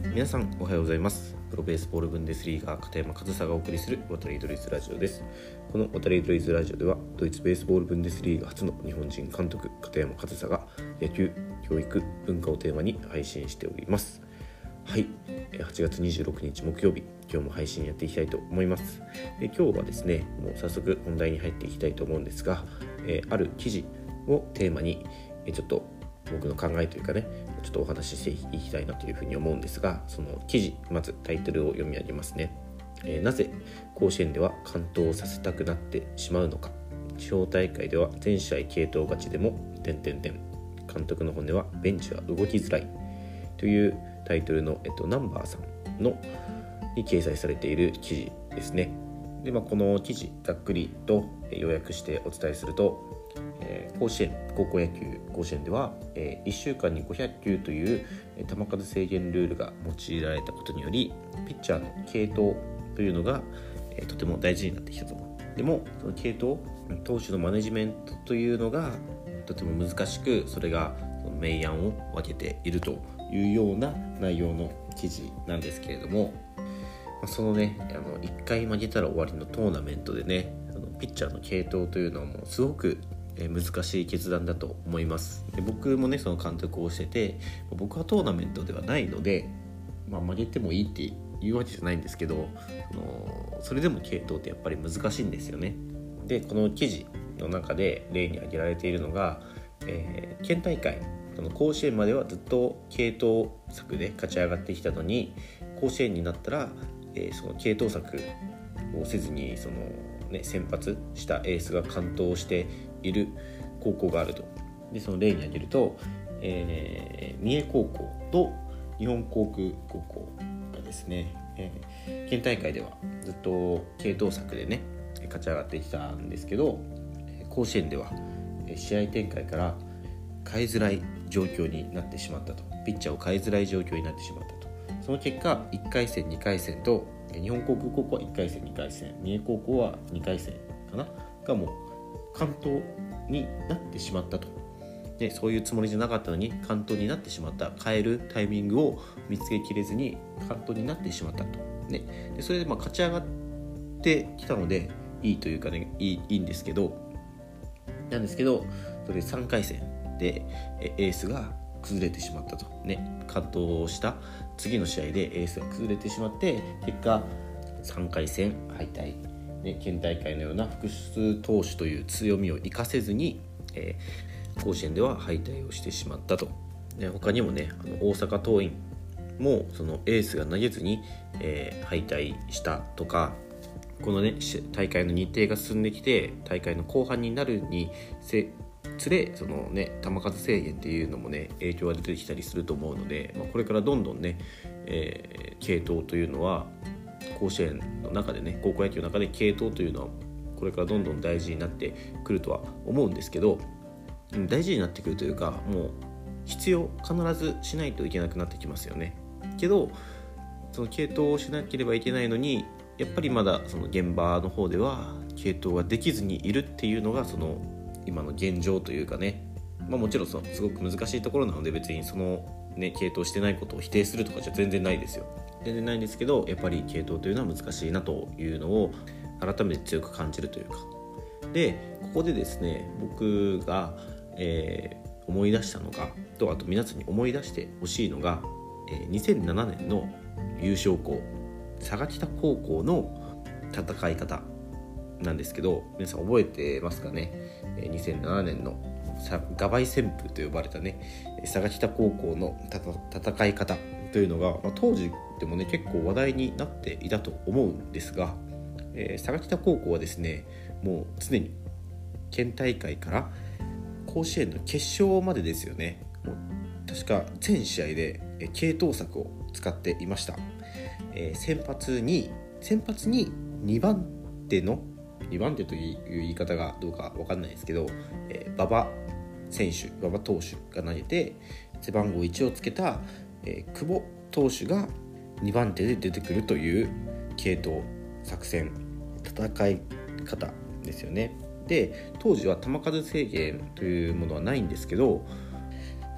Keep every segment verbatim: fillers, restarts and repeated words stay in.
皆さんおはようございます。プロベースボールブンデスリーガー片山和沙がお送りする渡りドリーズラジオです。この渡りドリーズラジオではドイツベースボールブンデスリーガ初の日本人監督片山和沙が野球、教育、文化をテーマに配信しております。はい、はちがつにじゅうろくにち木曜日、今日も配信やっていきたいと思います。で今日はですね、もう早速本題に入っていきたいと思うんですが、えー、ある記事をテーマに、えー、ちょっと僕の考えというかね、ちょっとお話ししていきたいなというふうに思うんですが、その記事、まずタイトルを読み上げますね。えー、なぜ甲子園では完投させたくなってしまうのか。地方大会では全試合継投勝ちでも点々点。監督の本音はベンチは動きづらいというタイトルの、えっと、ナンバーさんのに掲載されている記事ですね。で、まあ、この記事ざっくりと要約してお伝えすると、えー、甲子園高校野球甲子園では、えー、いっしゅうかんにごひゃくきゅうという球数制限ルールが用いられたことにより、ピッチャーの継投というのが、えー、とても大事になってきたと。でもその継投、投手のマネジメントというのがとても難しく、それが明暗を分けているというような内容の記事なんですけれども、そのね、あのいっかい負けたら終わりのトーナメントでね、あのピッチャーの継投というのはもうすごく難しい決断だと思います。で僕もね、その監督をしてて、僕はトーナメントではないので、まあ、負けてもいいっていうわけじゃないんですけど、そのそれでも継投ってやっぱり難しいんですよね。でこの記事の中で例に挙げられているのが、えー、県大会、その甲子園まではずっと継投策で勝ち上がってきたのに、甲子園になったら、えー、その継投策をせずにその、ね、先発したエースが完投している高校があると。でその例に挙げると、えー、三重高校と日本航空高校がですね、えー、県大会ではずっと継投策でね勝ち上がってきたんですけど、甲子園では試合展開から変えづらい状況になってしまったと。ピッチャーを変えづらい状況になってしまったと。その結果いっかい戦にかい戦と、日本航空高校はいっかい戦にかい戦、三重高校はにかい戦かながもう完投になってしまったと。でそういうつもりじゃなかったのに完投になってしまった。変えるタイミングを見つけきれずに完投になってしまったと、ね、でそれでまあ勝ち上がってきたのでいいというかね、いい、いいんですけどなんですけどそれでさんかい戦でエースが崩れてしまったと、ね、完投した次の試合でエースが崩れてしまって、結果さんかい戦敗退、ね、県大会のような複数投手という強みを生かせずに、えー、甲子園では敗退をしてしまったと。で他にもね、あの大阪桐蔭もそのエースが投げずに、えー、敗退したとか、このね大会の日程が進んできて大会の後半になるにつれ、そのね球数制限っていうのもね影響が出てきたりすると思うので、まあ、これからどんどんね、えー、継投というのは甲子園の中でね、高校野球の中で継投というのはこれからどんどん大事になってくるとは思うんですけど、大事になってくるというか、もう必要必ずしないといけなくなってきますよね。けどその継投をしなければいけないのに、やっぱりまだその現場の方では継投ができずにいるっていうのがその今の現状というかね、まあ、もちろんそすごく難しいところなので、別にそのね継投してないことを否定するとかじゃ全然ないですよ。全然ないんですけど、やっぱり継投というのは難しいなというのを改めて強く感じるというか。でここでですね、僕が、えー、思い出したのがと、あと皆さんに思い出してほしいのが、えー、にせんななねんの優勝校佐賀北高校の戦い方なんですけど、皆さん覚えてますかね。にせんななねんのガバイ旋風と呼ばれたね佐賀北高校の戦い方というのが、まあ、当時でもね結構話題になっていたと思うんですが、えー、佐賀北高校はですね、もう常に県大会から甲子園の決勝までですよね、もう確か全試合で継投策を使っていました。えー、先発に先発ににばん手のにばん手という言い方がどうか分かんないですけど、えー、馬場選手馬場投手が投げて、背番号いちをつけた、えー、久保投手がにばん手で出てくるという継投作戦戦い方ですよね。で当時は球数制限というものはないんですけど、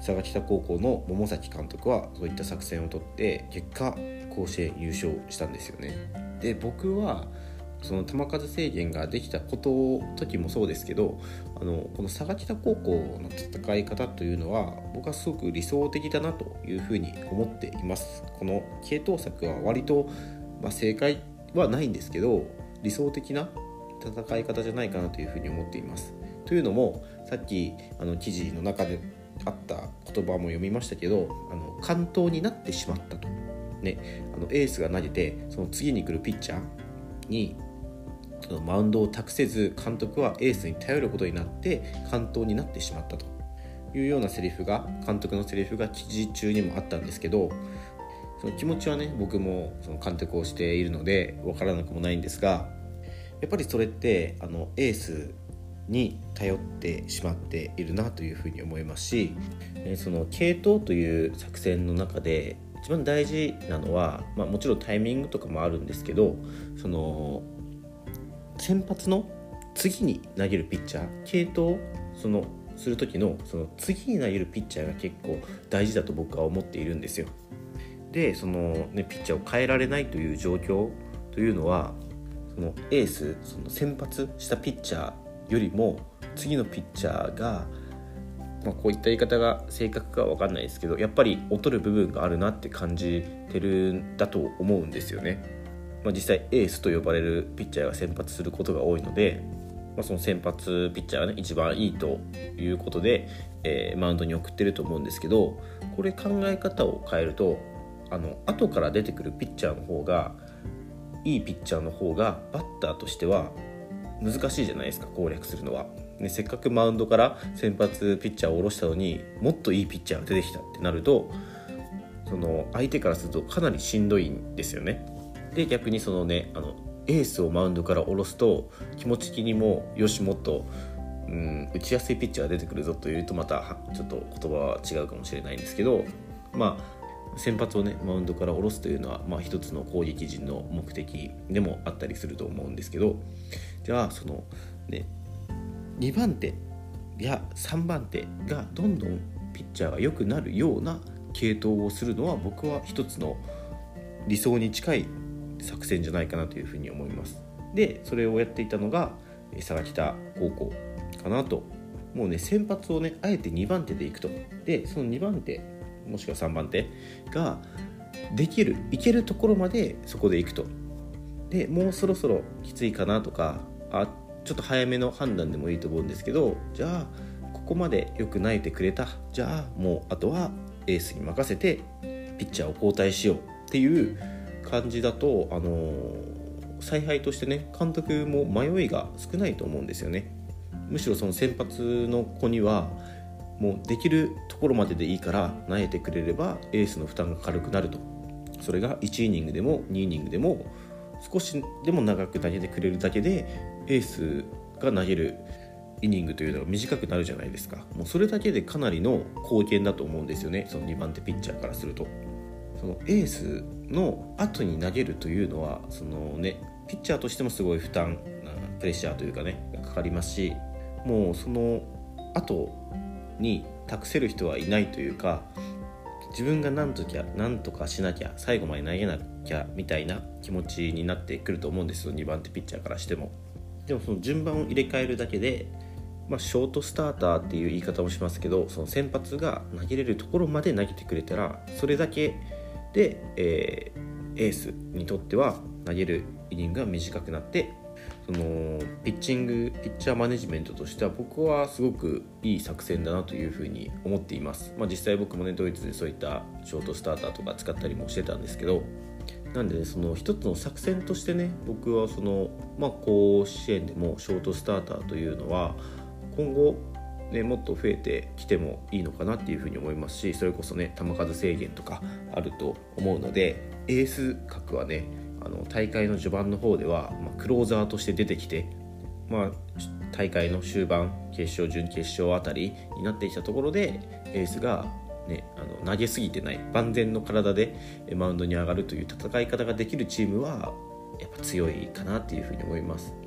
佐賀北高校の桃崎監督はそういった作戦をとって結果甲子園優勝したんですよね。で僕はその球数制限ができたこと時もそうですけど、あのこの佐賀北高校の戦い方というのは僕はすごく理想的だなというふうに思っています。この継投策は割と、まあ、正解はないんですけど理想的な戦い方じゃないかなというふうに思っています。というのもさっきあの記事の中であった言葉も読みましたけど、あの完投になってしまったと、ね、あのエースが投げてその次に来るピッチャーにそのマウンドを託せず監督はエースに頼ることになって完投になってしまったというようなセリフが監督のセリフが記事中にもあったんですけど、その気持ちはね僕もその監督をしているので分からなくもないんですが、やっぱりそれってあのエースに頼ってしまっているなというふうに思いますし、その継投という作戦の中で一番大事なのは、まあ、もちろんタイミングとかもあるんですけど、その先発の次に投げるピッチャー、継投そのする時のその次に投げるピッチャーが結構大事だと僕は思っているんですよ。でその、ね、ピッチャーを変えられないという状況というのはそのエースその先発したピッチャーよりも次のピッチャーが、まあ、こういった言い方が正確かは分かんないですけどやっぱり劣る部分があるなって感じてるんだと思うんですよね。まあ、実際エースと呼ばれるピッチャーが先発することが多いので、まあ、その先発ピッチャーがね一番いいということで、えー、マウンドに送ってると思うんですけど、これ考え方を変えるとあの後から出てくるピッチャーの方がいいピッチャーの方がバッターとしては難しいじゃないですか、攻略するのは、ね、せっかくマウンドから先発ピッチャーを下ろしたのにもっといいピッチャーが出てきたってなるとその相手からするとかなりしんどいんですよね。で逆にそのねあのエースをマウンドから下ろすと気持ち的にもよしもっと、うん、打ちやすいピッチャーが出てくるぞというとまたちょっと言葉は違うかもしれないんですけど、まあ先発をねマウンドから下ろすというのは、まあ、一つの攻撃陣の目的でもあったりすると思うんですけど、じゃあそのねにばん手やさんばん手がどんどんピッチャーが良くなるような継投をするのは僕は一つの理想に近い作戦じゃないかなというふうに思います。でそれをやっていたのが佐賀北高校かなと。もうね先発をねあえてにばん手でいくと、でそのにばん手もしくはさんばん手ができるいけるところまでそこでいくと、でもうそろそろきついかなとかあちょっと早めの判断でもいいと思うんですけど、じゃあここまでよく投げてくれた、じゃあもうあとはエースに任せてピッチャーを交代しようっていう感じだと、あのー、采配としてね監督も迷いが少ないと思うんですよね。むしろその先発の子にはもうできるところまででいいから投げてくれればエースの負担が軽くなると、それがいちイニングでもにイニングでも少しでも長く投げてくれるだけでエースが投げるイニングというのが短くなるじゃないですか。もうそれだけでかなりの貢献だと思うんですよね、そのにばん手ピッチャーからすると。そのエースの後に投げるというのはその、ね、ピッチャーとしてもすごい負担プレッシャーというかねがかかりますし、もうその後に託せる人はいないというか、自分が何とか何とかしなきゃ最後まで投げなきゃみたいな気持ちになってくると思うんですよ、にばん手ピッチャーからしても。でもその順番を入れ替えるだけで、まあ、ショートスターターっていう言い方もしますけど、その先発が投げれるところまで投げてくれたらそれだけで、えー、エースにとっては投げるイニングが短くなって、そのピッチングピッチャーマネジメントとしては僕はすごくいい作戦だなというふうに思っています。まあ、実際僕もねドイツでそういったショートスターターとか使ったりもしてたんですけど、なんでねその一つの作戦としてね僕はその、まあ、甲子園でもショートスターターというのは今後ね、もっと増えてきてもいいのかなっていうふうに思いますし、それこそね球数制限とかあると思うので、エース格はねあの大会の序盤の方では、まあ、クローザーとして出てきて、まあ、大会の終盤決勝準決勝あたりになってきたところでエースが、ね、あの投げすぎてない万全の体でマウンドに上がるという戦い方ができるチームはやっぱ強いかなっていうふうに思います。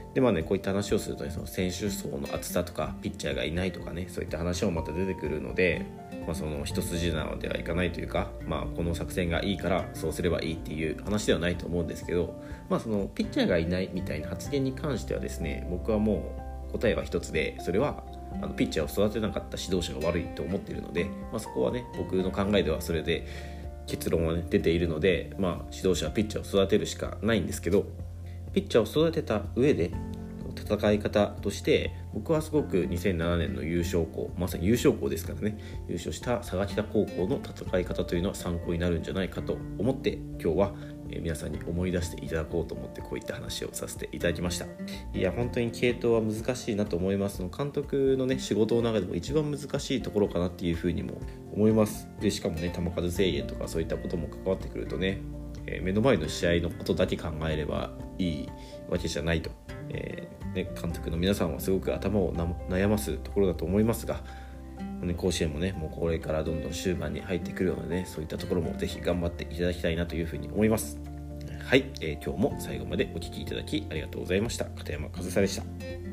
でまあねこういった話をするとね、その選手層の厚さとかピッチャーがいないとかね、そういった話もまた出てくるので、まあ、その一筋縄ではいかないというか、まあ、この作戦がいいからそうすればいいっていう話ではないと思うんですけど、まあ、そのピッチャーがいないみたいな発言に関してはですね、僕はもう答えは一つで、それはあのピッチャーを育てなかった指導者が悪いと思っているので、まあ、そこはね僕の考えではそれで結論は、ね、出ているので、まあ、指導者はピッチャーを育てるしかないんですけど、ピッチャーを育てた上で戦い方として僕はすごくにせんななねんの優勝校、まさに優勝校ですからね、優勝した佐賀北高校の戦い方というのは参考になるんじゃないかと思って今日は皆さんに思い出していただこうと思ってこういった話をさせていただきました。いや本当に継投は難しいなと思います。監督のね仕事の中でも一番難しいところかなっていうふうにも思います。でしかもね球数制限とかそういったことも関わってくるとね、えー、目の前の試合のことだけ考えればいいわけじゃないと、えーね、監督の皆さんはすごく頭を悩ますところだと思いますが、ね、甲子園もねもうこれからどんどん終盤に入ってくるのでね、そういったところもぜひ頑張っていただきたいなというふうに思います。はい、えー、今日も最後までお聞きいただきありがとうございました。片山和沙でした。